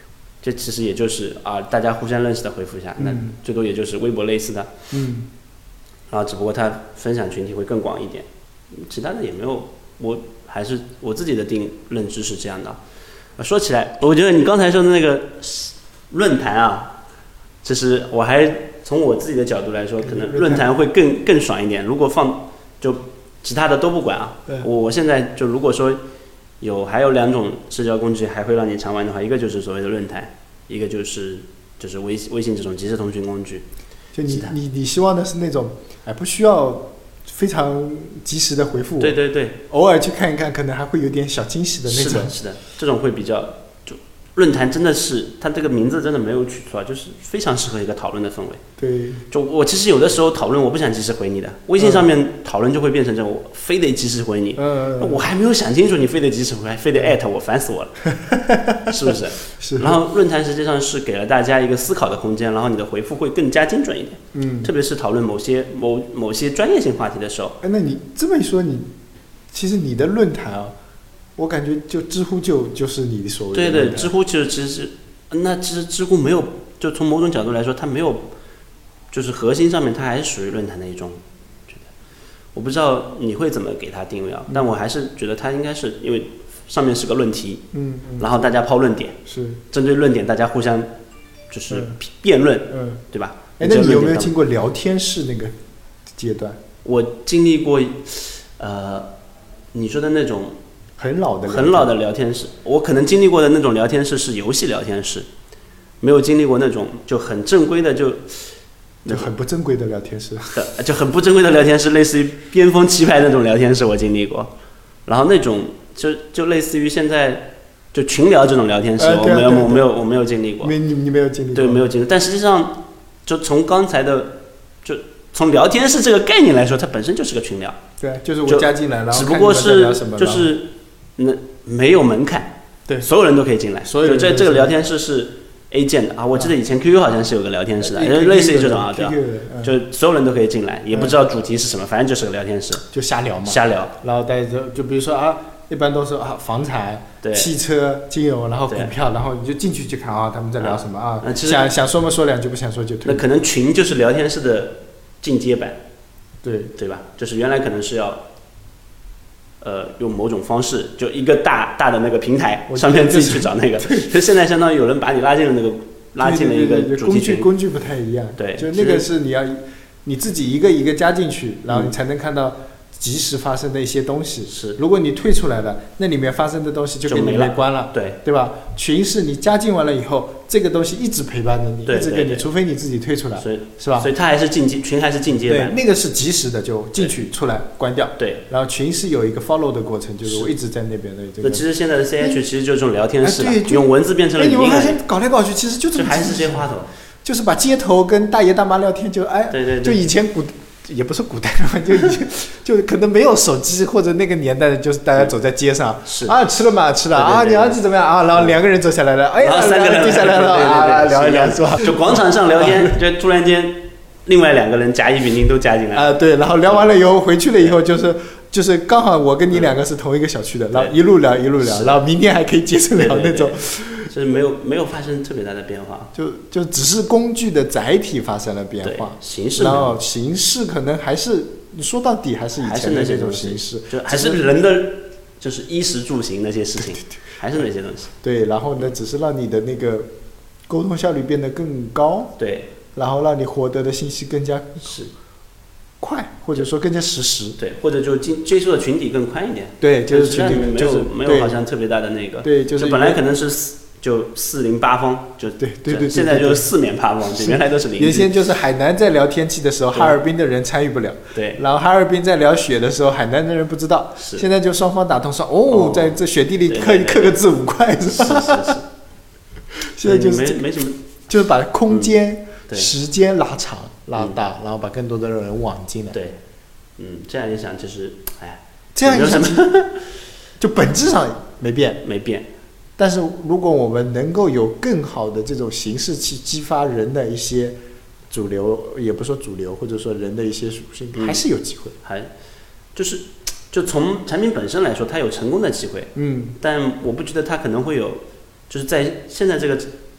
这其实也就是大家互相认识的回复一下，那最多也就是微博类似的，然后只不过它分享群体会更广一点，其他的也没有，我还是我自己的认知是这样的。说起来，我觉得你刚才说的那个论坛啊，就是我还从我自己的角度来说，可能论坛会更爽一点。如果就其他的都不管啊，我现在就如果说还有2种社交工具还会让你常玩的话，一个就是所谓的论坛，一个就是微信这种即时通讯工具。 就你希望的是那种不需要非常及时的回复我， 对对对， 偶尔去看一看，可能还会有点小惊喜的那种。 是的，这种会比较论坛真的是它这个名字真的没有取错，就是非常适合一个讨论的氛围。 对， 就我其实有的时候讨论我不想及时回你的，微信上面讨论就会变成这种我非得及时回你，我还没有想清楚你非得及时回，还非得艾特我，烦死我了，是不是？ 是。 然后论坛实际上是给了大家一个思考的空间，然后你的回复会更加精准一点，特别是讨论某些专业性话题的时候。 那你这么一说，其实你的论坛我感觉就知乎就是你所谓的对，知乎其实是，那其实知乎没有，就从某种角度来说，它没有，就是核心上面它还是属于论坛的一种。我不知道你会怎么给它定位但我还是觉得它应该是因为上面是个论题，然后大家抛论点， 是针对论点大家互相就是辩论，对吧？ 那你有没有经过聊天室那个阶段？ 我经历过，你说的那种。 很老的聊天室，我可能经历过的那种聊天室是游戏聊天室，没有经历过那种就很正规的就很不正规的聊天室， 就很不正规的聊天室，类似于边锋棋牌那种聊天室我经历过，然后那种就类似于现在就群聊这种聊天室，我没有经历过。 你没有经历过？ 对，没有经历。但实际上，就从刚才的从聊天室这个概念来说，它本身就是个群聊。 对，就是我加进来，然后只不过是就是没有门槛， 对， 所有人都可以进来。 就这个聊天室是 A 建的我记得以前 QQ 好像是有个聊天室的，类似于这种对吧？就所有人都可以进来，也不知道主题是什么，反正就是个聊天室， 就瞎聊嘛。 瞎聊， 然后大家就比如说一般都是房产、汽车、金融，然后股票，然后你就进去去看他们在聊什么想说嘛说两句，不想说就退。 那可能群就是聊天室的进阶版， 对吧？就是原来可能是要。用某种方式，就一个大的那个平台上面自己去找那个，就现在相当于有人把你拉进了一个主题群， 工具不太一样， 对， 就那个是你自己一个一个加进去，然后你才能看到及时发生的一些东西。 是， 如果你退出来了，那里面发生的东西就给你没关了，对吧？群是你加进完了以后，这个东西一直陪伴着你，一直跟你，除非你自己退出来，是吧？ 所以它还是群还是进阶版， 对，那个是及时的，就进去出来关掉， 对。 然后群是有一个 follow 的过程，就是我一直在那边的这个。 那其实现在的 CH 其实就是这种聊天室，用文字变成了语音。 你们发现搞来搞去，其实就这么， 还是这些话头， 就是把街头跟大爷大妈聊天， 对， 就以前也不是古代嘛，就以前就可能没有手机或者那个年代的，就是大家走在街上，吃了吗？吃了你儿子怎么样然后2个人走下来了， 然后3个人地下来了聊一聊是吧？ 就广场上聊天，就突然间另外2个人甲乙丙丁都加进来对，然后聊完了以后回去了以后就是刚好我跟你2个是同一个小区的，然后一路聊，然后明天还可以接着聊那种。 就是没有发生特别大的变化， 就只是工具的载体发生了变化， 形式， 然后形式可能还是说到底还是以前的那种形式， 就还是人的就是衣食住行那些事情，还是那些东西。 对，然后呢，只是让你的那个沟通效率变得更高， 对， 然后让你获得的信息更加快，或者说更加实时， 对，或者就接触的群体更宽一点， 对，就是群体没有好像特别大的那个， 对，就本来可能是。就4邻8方，就对， 现在就是4面8方，原来都是邻居。 原先就是海南在聊天气的时候，哈尔滨的人参与不了， 对。 然后哈尔滨在聊雪的时候，海南的人不知道，现在就双方打通说，在这雪地里刻个字5块，是吧？ 是。 现在就是没什么， 就是把空间、时间拉长、拉大，然后把更多的人网进来。 对，这样一想就是， 这样一想，就本质上没变。但是如果我们能够有更好的这种形式去激发人的一些主流，也不说主流，或者说人的一些属性，还是有机会。 就从产品本身来说，它有成功的机会。但我不觉得它可能会有，就是在现在这个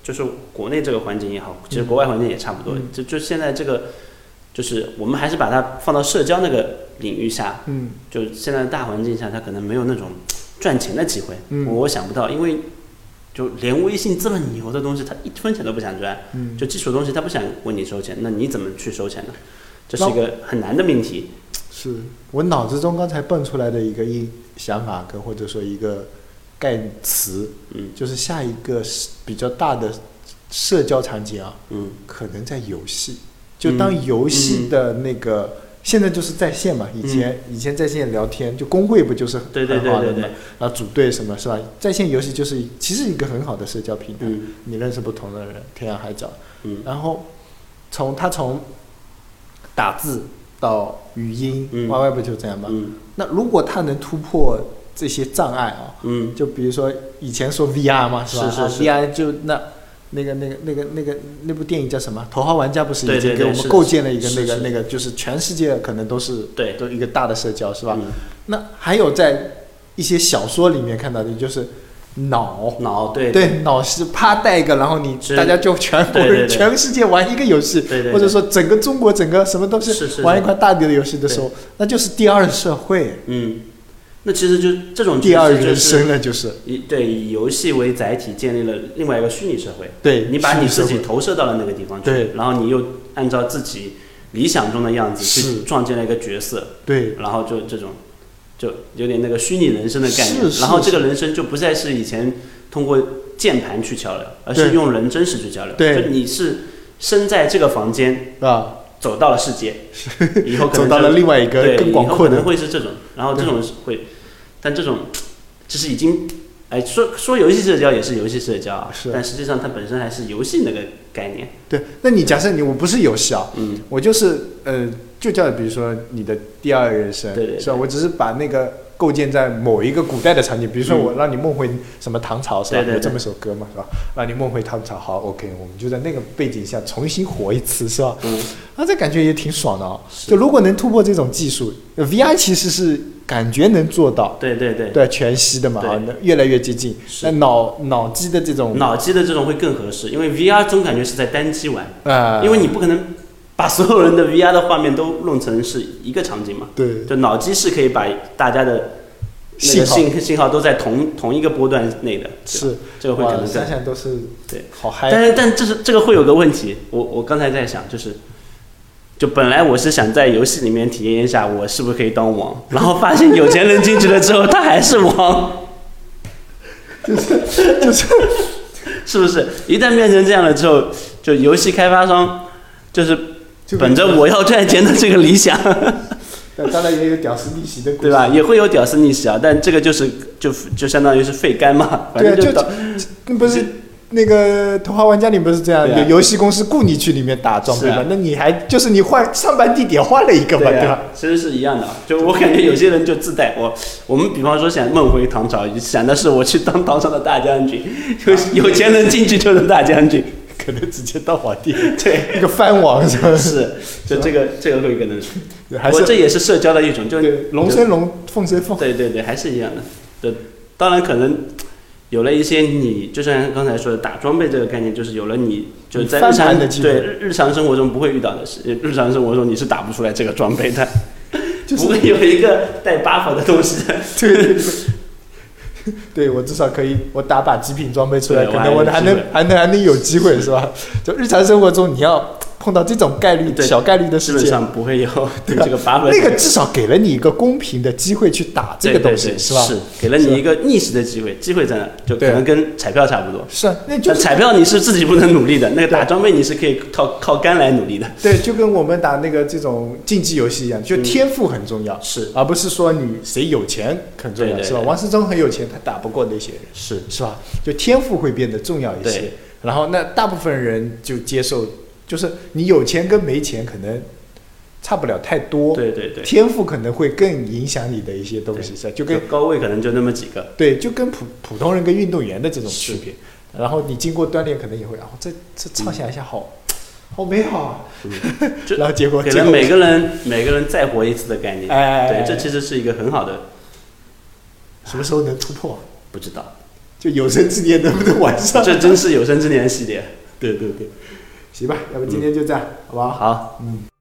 就是国内这个环境也好，其实国外环境也差不多。就现在这个，就是我们还是把它放到社交那个领域下，就现在的大环境下，它可能没有那种赚钱的机会。我想不到，因为就连微信这么牛的东西，它1分钱都不想赚，就基础东西它不想为你收钱，那你怎么去收钱呢？这是一个很难的命题。 是我脑子中刚才蹦出来的一个想法跟或者说一个概词，就是下一个比较大的社交场景啊，可能在游戏。就当游戏的那个，现在就是在线嘛，以前在线聊天，就工会不就是很好的嘛，然后组队什么是吧？在线游戏就是其实一个很好的社交平台，你认识不同的人，天涯海角，然后从打字到语音，YY 不就这样吗？那如果他能突破这些障碍啊，就比如说以前说 VR 嘛，是吧？是 VR 就那部电影叫什么？头号玩家不是已经给我们构建了一个那个，就是全世界可能都是都一个大的社交，是吧？那还有在一些小说里面看到的，就是脑对脑是啪带一个，然后大家就全国人全世界玩一个游戏，或者说整个中国整个什么都是玩一块大的游戏的时候，那就是第二社会。 那其实就这种第二人生了，就是以游戏为载体建立了另外一个虚拟社会。 对， 你把你自己投射到了那个地方去， 对， 然后你又按照自己理想中的样子去创建了一个角色， 对， 然后就这种就有点那个虚拟人生的概念，然后这个人生就不再是以前通过键盘去交流，而是用人真实去交流。 对， 就你是身在这个房间啊，走到了世界，以后可能走到了另外一个更广阔的， 可能会是这种，然后这种会。但这种就是已经，说游戏社交也是游戏社交啊，但实际上它本身还是游戏那个概念。 对，那你假设我不是游戏啊，我就是就叫比如说你的第二人生， 对， 是吧？我只是把那个构建在某一个古代的场景，比如说我让你梦回什么唐朝，是吧？有这么首歌嘛，是吧？让你梦回唐朝，好 ，OK， 我们就在那个背景下重新活一次，是吧？这感觉也挺爽的啊。就如果能突破这种技术 ，VR 其实是。感觉能做到，对全息的嘛，越来越接近。那脑机的这种会更合适，因为 VR 总感觉是在单机玩，因为你不可能把所有人的 VR 的画面都弄成是一个场景嘛。 对， 就脑机是可以把大家的那个信号都在同一个波段内的， 是这个会可能想想都是对， 好嗨。 但这个会有个问题，我刚才在想就是。就本来我是想在游戏里面体验一下我是不是可以当王，然后发现有钱人进去了之后他还是王，就是是不是？一旦变成这样了之后，就游戏开发商就是本着我要赚钱的这个理想， 当然也有屌丝逆袭的故事， 对吧？也会有屌丝逆袭啊，但这个就相当于是废干嘛，反正就不是。那个头号玩家里不是这样，有游戏公司雇你去里面打装备嘛？那你还就是你换上班地点换了一个嘛，对吧？ 其实是一样的，就我感觉有些人就自带我们比方说想梦回唐朝，想的是我去当唐朝的大将军，有钱人进去就是大将军， 可能直接当皇帝， 对， 一个藩王是吧？ 是，就这个会可能，这也是社交的一种，就龙生龙，凤生凤， 对，还是一样的。对，当然可能。有了一些你就像刚才说的打装备这个概念，就是有了你就在日常生活中不会遇到的事，日常生活中你是打不出来这个装备的，不会有一个带 buff 的东西的。 对，我至少可以，我打把极品装备出来，可能我还能有机会，是吧？就日常生活中你要碰到这种概率小概率的事件， 基本上不会有这个buff。 那个至少给了你一个公平的机会去打这个东西，是吧？ 是给了你一个逆袭的机会，机会在哪？就可能跟彩票差不多。 是，那就是彩票你是自己不能努力的，那个打装备你是可以靠肝来努力的。 对，就跟我们打那个这种竞技游戏一样，就天赋很重要， 是， 而不是说你谁有钱很重要，是吧？王思聪很有钱，他打不过那些人，是吧？就天赋会变得重要一些。然后那大部分人就接受。就是你有钱跟没钱可能差不了太多， 对， 天赋可能会更影响你的一些东西，就跟高位可能就那么几个， 对，就跟普通人跟运动员的这种区别。然后你经过锻炼，可能也会这畅想一下好美好啊，然后结果给了每个人再活一次的概念，对，这其实是一个很好的。 什么时候能突破？ 不知道。 就有生之年能不能玩上？ 这真是有生之年系列。 对对对，行吧，要不今天就这样，好不好？ 好， 嗯。